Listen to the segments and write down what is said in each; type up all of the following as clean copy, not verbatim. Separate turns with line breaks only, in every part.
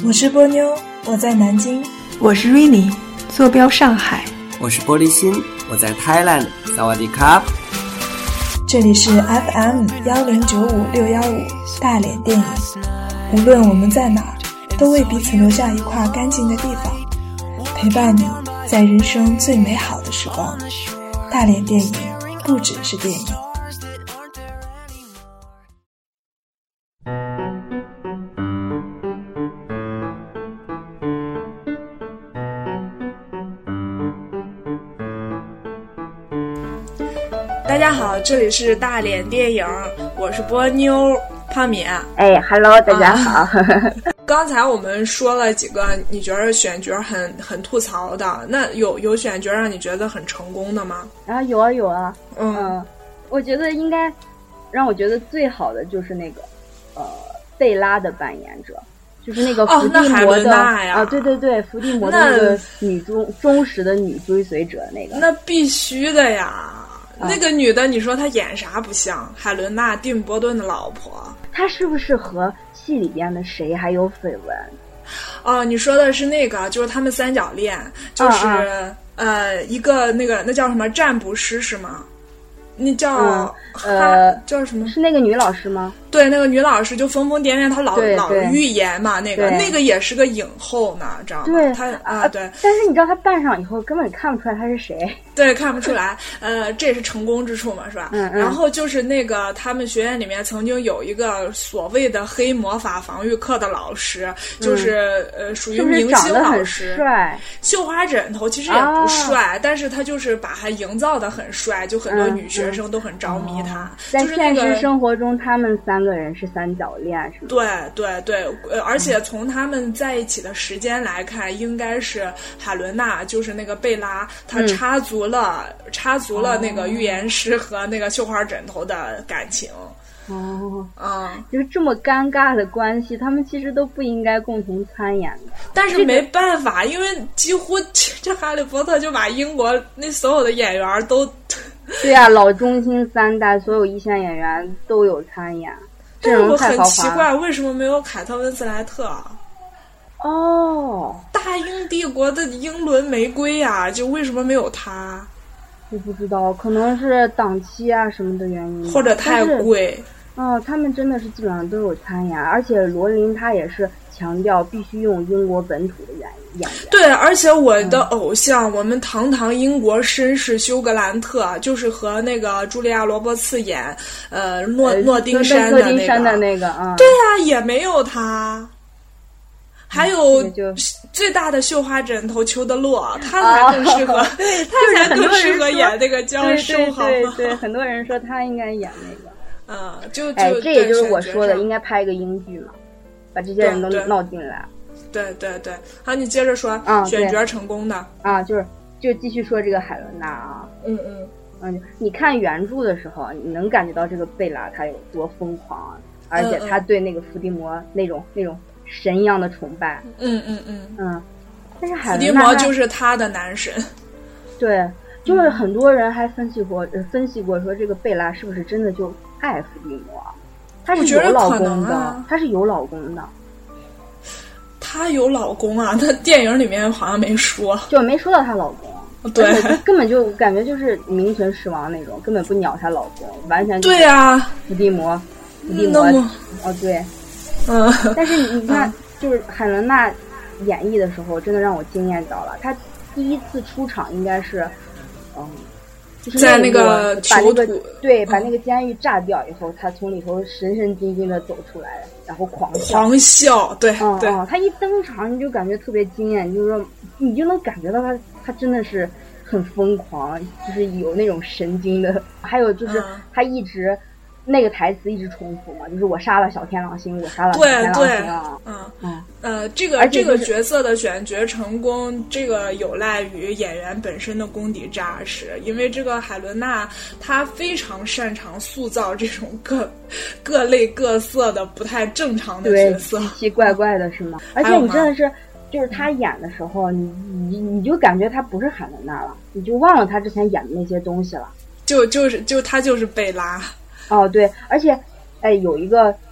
我是波妞，我在南京。
我是 Rini， 坐标上海。
我是玻璃心，我在 Thailand。萨瓦迪卡。
这里是 FM1095615大连电影。无论我们在哪儿，都为彼此留下一块干净的地方，陪伴你在人生最美好的时光。大连电影不只是电影。大家好，这里是大连电影，我是波妞胖米。
Hello， 大家好。
刚才我们说了几个你觉得选角很吐槽的，那有选角让你觉得很成功的吗？
有啊。我觉得应该让我觉得最好的就是那个贝拉的扮演者，就是那个伏地魔的对，伏地魔的那个忠实的女追随者那个。
那必须的呀。那个女的，你说她演啥不像？海伦娜·蒂姆·波顿的老婆，
她是不是和戏里边的谁还有绯闻？
你说的是那个，就是他们三角恋，就是一个那叫什么占卜师是吗？那叫叫什么？
是那个女老师吗？
对，那个女老师就疯疯癫癫，她老预言嘛，那个也是个影后呢，知道吗？
对，
她对。
但是你知道她扮上以后根本看不出来她是谁。
对，看不出来。这也是成功之处嘛，是吧？然后就是那个他们学院里面曾经有一个所谓的黑魔法防御课的老师，就是属于明星老师，
帅。
绣花枕头其实也不帅，但是他就是把他营造的很帅，就很多女学生都很着迷他。
在现实生活中，他们三个人是三角恋，是吗？
对，而且从他们在一起的时间来看，应该是海伦娜，就是那个贝拉，她插足了那个预言师和那个绣花枕头的感情。
就是这么尴尬的关系，他们其实都不应该共同参演的。
但是没办法，因为几乎这哈利波特就把英国那所有的演员都
对啊，老中青三代所有一线演员都有参演。
但是我很奇怪，为什么没有凯特温斯莱特？大英帝国的英伦玫瑰呀，就为什么没有他？
我不知道，可能是档期啊什么的原因，
或者太贵。
他们真的是基本上都有参演，而且罗琳他也是强调必须用英国本土的演员。
对，而且我的偶像，我们堂堂英国绅士休格兰特，就是和那个茱莉亚·罗伯茨演诺丁山的那个，对啊，也没有他。还有最大的绣花枕头裘德洛，他才更适合，他才更适合演那个教授，好吗？
对，很多人说他应该演那个。
这
也就是我说的，应该拍一个英剧嘛，把这些人都闹进来。
对，好，你接着说，选角成功的
就继续说这个海伦娜啊。你看原著的时候，你能感觉到这个贝拉她有多疯狂，而且她对那个伏地魔那种神一样的崇拜。但是海伦娜
伏地魔就是她的男神。
对，就是很多人还分析过说这个贝拉是不是真的就爱伏地魔？她是有老公的，她是有老公的。
她有老公啊？那电影里面好像没说，
就没说到她老公。
对，
她根本就感觉就是名存实亡那种，根本不鸟她老公，完全
对啊，
伏地魔。对。但是你看，就是海伦娜演绎的时候，真的让我惊艳到了。她第一次出场应该是，就是
在那个
把那个监狱炸掉以后，她从里头神神经经的走出来，然后狂
笑，对。
她一登场你就感觉特别惊艳，就是说你就能感觉到她真的是很疯狂，就是有那种神经的。还有就是她一直。那个台词一直重复嘛，就是我杀了小天狼星，我杀了小天狼星啊。
这个角色的选角成功，这个有赖于演员本身的功底扎实，因为这个海伦娜她非常擅长塑造这种各类各色的不太正常的角色，
奇奇怪怪的是吗？而且你真的是，就是她演的时候，你就感觉她不是海伦娜了，你就忘了她之前演的那些东西了。
她就是贝拉。
对，而且有一个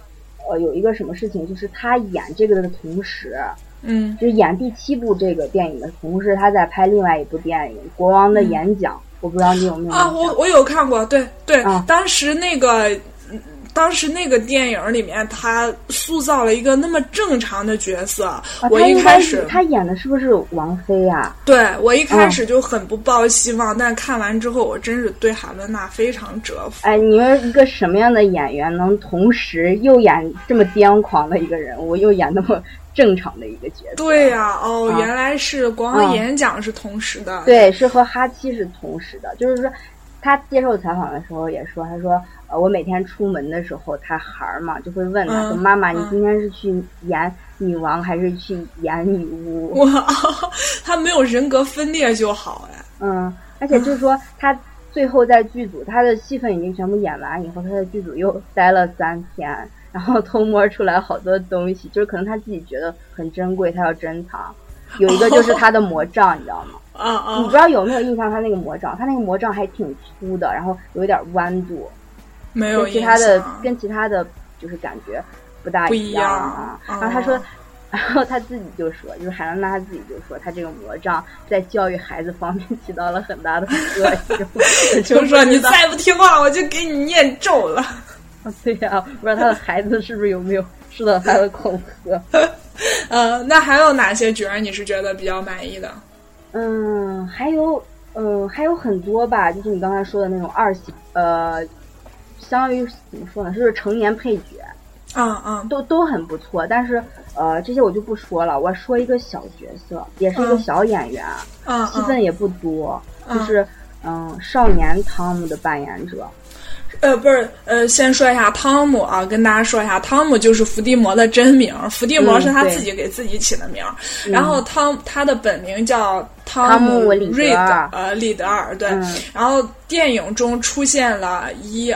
有一个什么事情，就是他演这个的同时，
就是
演第7部这个电影的同时，他在拍另外一部电影《国王的演讲》，我不知道你有没有
我有看过，对，当时那个电影里面，他塑造了一个那么正常的角色。我一开始
他演的是不是王菲啊？
对，我一开始就很不抱希望，但看完之后，我真是对海伦娜非常折服。
哎，你说一个什么样的演员能同时又演这么癫狂的一个人物，又演那么正常的一个角色？
对呀，原来是国王演讲是同时的。
对，是和哈七是同时的，就是说。他接受采访的时候也说，他说我每天出门的时候，他孩儿嘛就会问他说：“妈妈，你今天是去演女王还是去演女巫？”
哇，他没有人格分裂就好哎。
而且就是说他最后在剧组，他的戏份已经全部演完以后，他在剧组又待了3天，然后偷摸出来好多东西，就是可能他自己觉得很珍贵，他要珍藏。有一个就是他的魔杖，你知道吗？你不知道有没有印象？他那个魔杖，他那个魔杖还挺粗的，然后有一点弯度，
没有
跟其他的就是感觉不大一样啊。然后他说，然后他自己就说，就是海伦娜他自己就说，他这个魔杖在教育孩子方面起到了很大的作用。
就说你再不听话，我就给你念咒了。
对呀，不知道他的孩子是不是有没有受到他的恐吓？
那还有哪些角儿你是觉得比较满意的？
还有很多吧，就是你刚才说的那种2系，相当于怎么说呢，就是成年配角，都很不错。但是这些我就不说了，我说一个小角色，也是一个小演员，戏份也不多，就是少年汤姆的扮演者。
不是，先说一下汤姆啊，跟大家说一下，汤姆就是伏地魔的真名，伏地魔是他自己给自己起的名，然后他的本名叫汤姆·利德尔，对，然后电影中出现了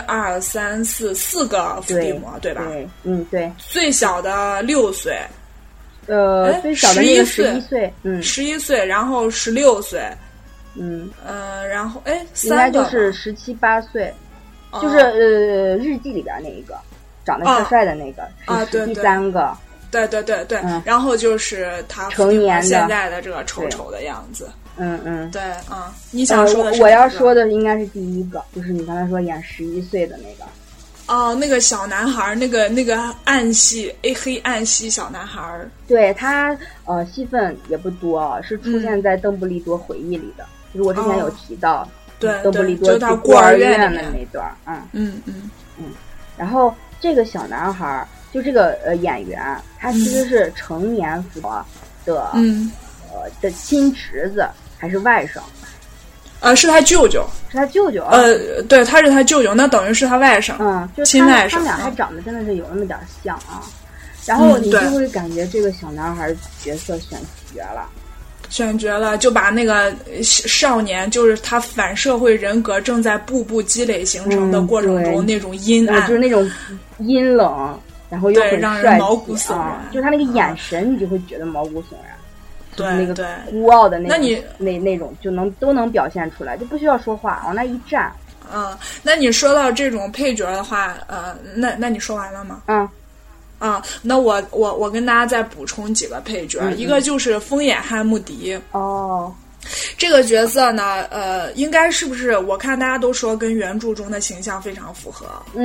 1、2、3、4个伏地魔，对吧？
对，对，
最小的6岁，
最小的那个11岁
，11岁，然后16岁，然后
应该就是17、18岁。就是日记里边那一个长得帅帅的那个是第3个，
对，然后就是他
成年的
现在的这个丑丑的样子，对你想说的是
我要说的应该是第1个，就是你刚才说演11岁的那个。
那个小男孩，那个暗系黑暗系小男孩，
对他戏份也不多，是出现在邓布利多回忆里的，就是我之前有提到。
对，
邓布利多
就是他孤儿院
的那段，然后这个小男孩，就这个演员，他其实是成年伏地魔的的亲侄子还是外甥？
是他舅舅，对，他是他舅舅，那等于是他外甥，
就是
亲外甥，
他俩还长得真的是有那么点像啊。然后你就会感觉这个小男孩角色选绝了，
就把那个少年，就是他反社会人格正在步步积累形成的过程中，那种阴暗，
就是那种阴冷，然后又很
让人毛骨悚然，
就是他那个眼神，你就会觉得毛骨悚然。
对，
那个孤傲的那种就都能表现出来，就不需要说话，往那一站。
那你说到这种配角的话，那你说完了吗？那我跟大家再补充几个配角，一个就是疯眼汉穆迪。这个角色呢，应该是不是我看大家都说跟原著中的形象非常符合。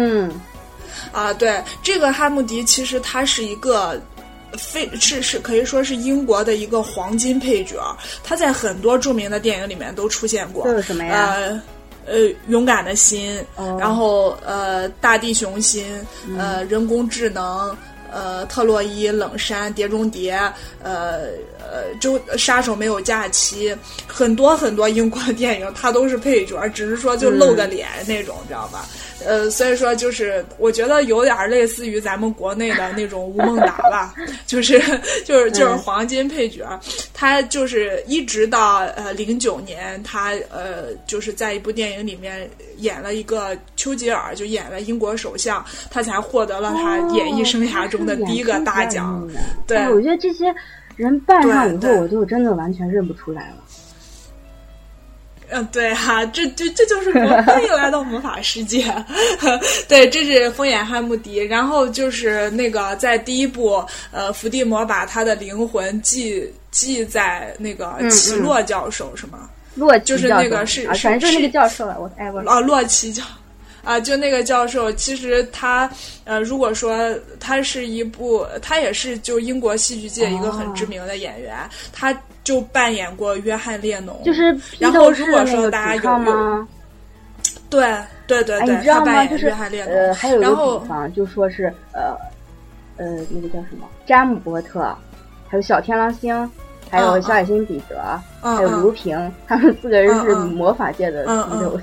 对，这个汉穆迪其实他是一个是可以说是英国的一个黄金配角，他在很多著名的电影里面都出现过。
这是什么呀？
勇敢的心，然后大地雄心，人工智能，特洛伊、冷杉、碟中谍，就杀手没有假期，很多很多英国的电影他都是配角，只是说就露个脸那种，知道吧？所以说就是我觉得有点类似于咱们国内的那种吴孟达吧，就是黄金配角，他就是一直到09年，他就是在一部电影里面演了一个丘吉尔，就演了英国首相，他才获得了他演艺生涯中的第一个大奖。对，
我觉得这些人扮上以后，我就真的完全认不出来了。
对啊，这就是欢迎来到魔法世界。对，这是风眼汉穆迪。然后就是那个在第一部，伏地魔把他的灵魂寄在那个奇洛教授是吗？
洛奇
就是那个是，
反正就是那个教授了，我爱过。
洛奇教。就那个教授，其实他如果说他也是就英国戏剧界一个很知名的演员，他就扮演过约翰列侬，
就是
然后如果说大家有对，
你知道吗？
约翰列侬，
还有一个地方就说是那个叫什么詹姆伯特，还有小天狼星，还有小矮星彼得，还有卢平，他们4个人是魔法界的6。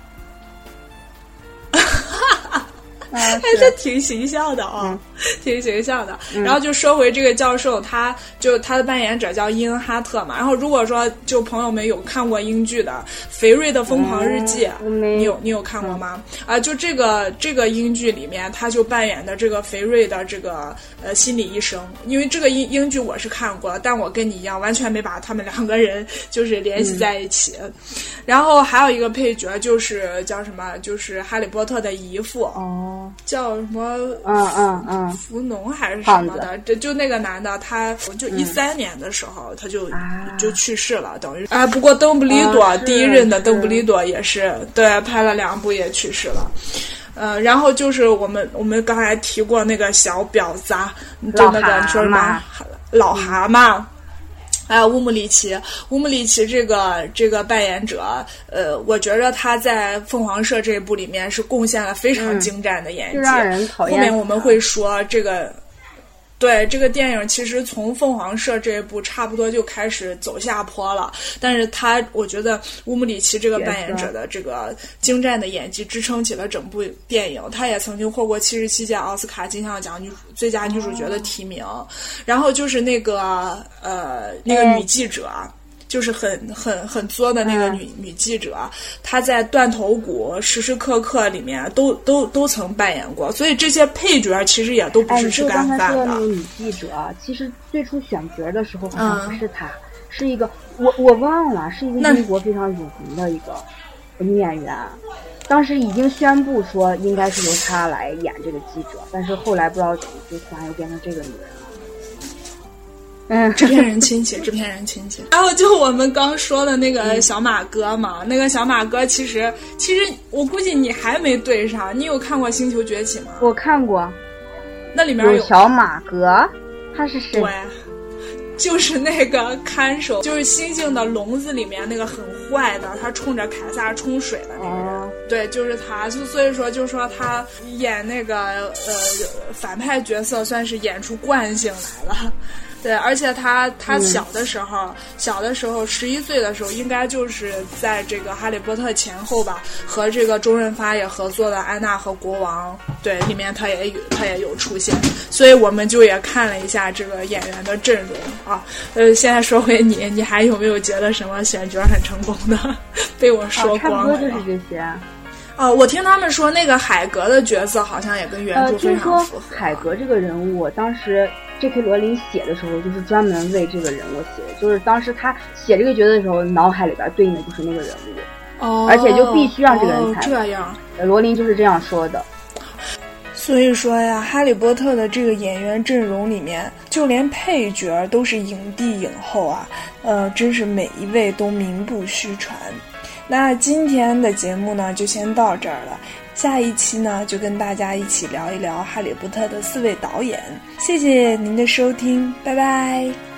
这挺形象的啊，挺形象的。然后就说回这个教授，他的扮演者叫伊恩哈特嘛。然后如果说就朋友们有看过英剧的《肥瑞的疯狂日记》，你有看过吗？就这个英剧里面，他就扮演的这个肥瑞的这个心理医生。因为这个英剧我是看过，但我跟你一样完全没把他们2个人就是联系在一起。然后还有一个配角就是叫什么，就是哈利波特的姨父。叫什么？福农还是什么的？就那个男的，他就13年的时候他就去世了，等于不过邓布利多第一任的邓布利多也是对拍了2部也去世了。然后就是我们刚才提过那个小婊子，就那个说什么老蛤蟆。乌姆里奇这个扮演者，我觉着他在凤凰社这一部里面是贡献了非常精湛的演技。
让人讨厌。
后面我们会说这个。对，这个电影其实从凤凰社这一部差不多就开始走下坡了，但是我觉得乌姆里奇这个扮演者的这个精湛的演技支撑起了整部电影。他也曾经获过77届奥斯卡金像奖最佳女主角的提名。然后就是那个女记者。就是很作的那个女记者，她在断头谷时时刻刻里面都曾扮演过，所以这些配角其实也都不是吃干饭的。
刚才说的那个女记者，其实最初选角的时候好像不是她，是一个我忘了，是一个英国非常有名的一个女演员。当时已经宣布说应该是由她来演这个记者，但是后来不知道怎么就突然又变成这个女人了。
制片人亲戚。然后就我们刚说的那个小马哥嘛，那个小马哥其实我估计你还没对上。你有看过《星球崛起》吗？
我看过，
那里面
有小马哥，他是谁？
对，就是那个看守，就是星星的笼子里面那个很坏的，他冲着凯撒冲水的那个人。对，就是他。所以说就是说他演那个反派角色算是演出惯性来了。对，而且他小的时候11岁的时候，应该就是在这个《哈利波特》前后吧，和这个周润发也合作的《安娜和国王》对里面他也有出现，所以我们就也看了一下这个演员的阵容啊。现在说回你还有没有觉得什么选角很成功的？被我说光了。
差不多就是这些。
我听他们说那个海格的角色好像也跟原著非常符合。
海格这个人物，当时 J.K. 罗琳写的时候，就是专门为这个人物写的，就是当时他写这个角色的时候，脑海里边对应的就是那个人物，而且就必须让这个人才
这样。
罗琳就是这样说的。
所以说呀，哈利波特的这个演员阵容里面，就连配角都是影帝影后啊，真是每一位都名不虚传。那今天的节目呢，就先到这儿了。下一期呢，就跟大家一起聊一聊哈利波特的4位导演。谢谢您的收听，拜拜。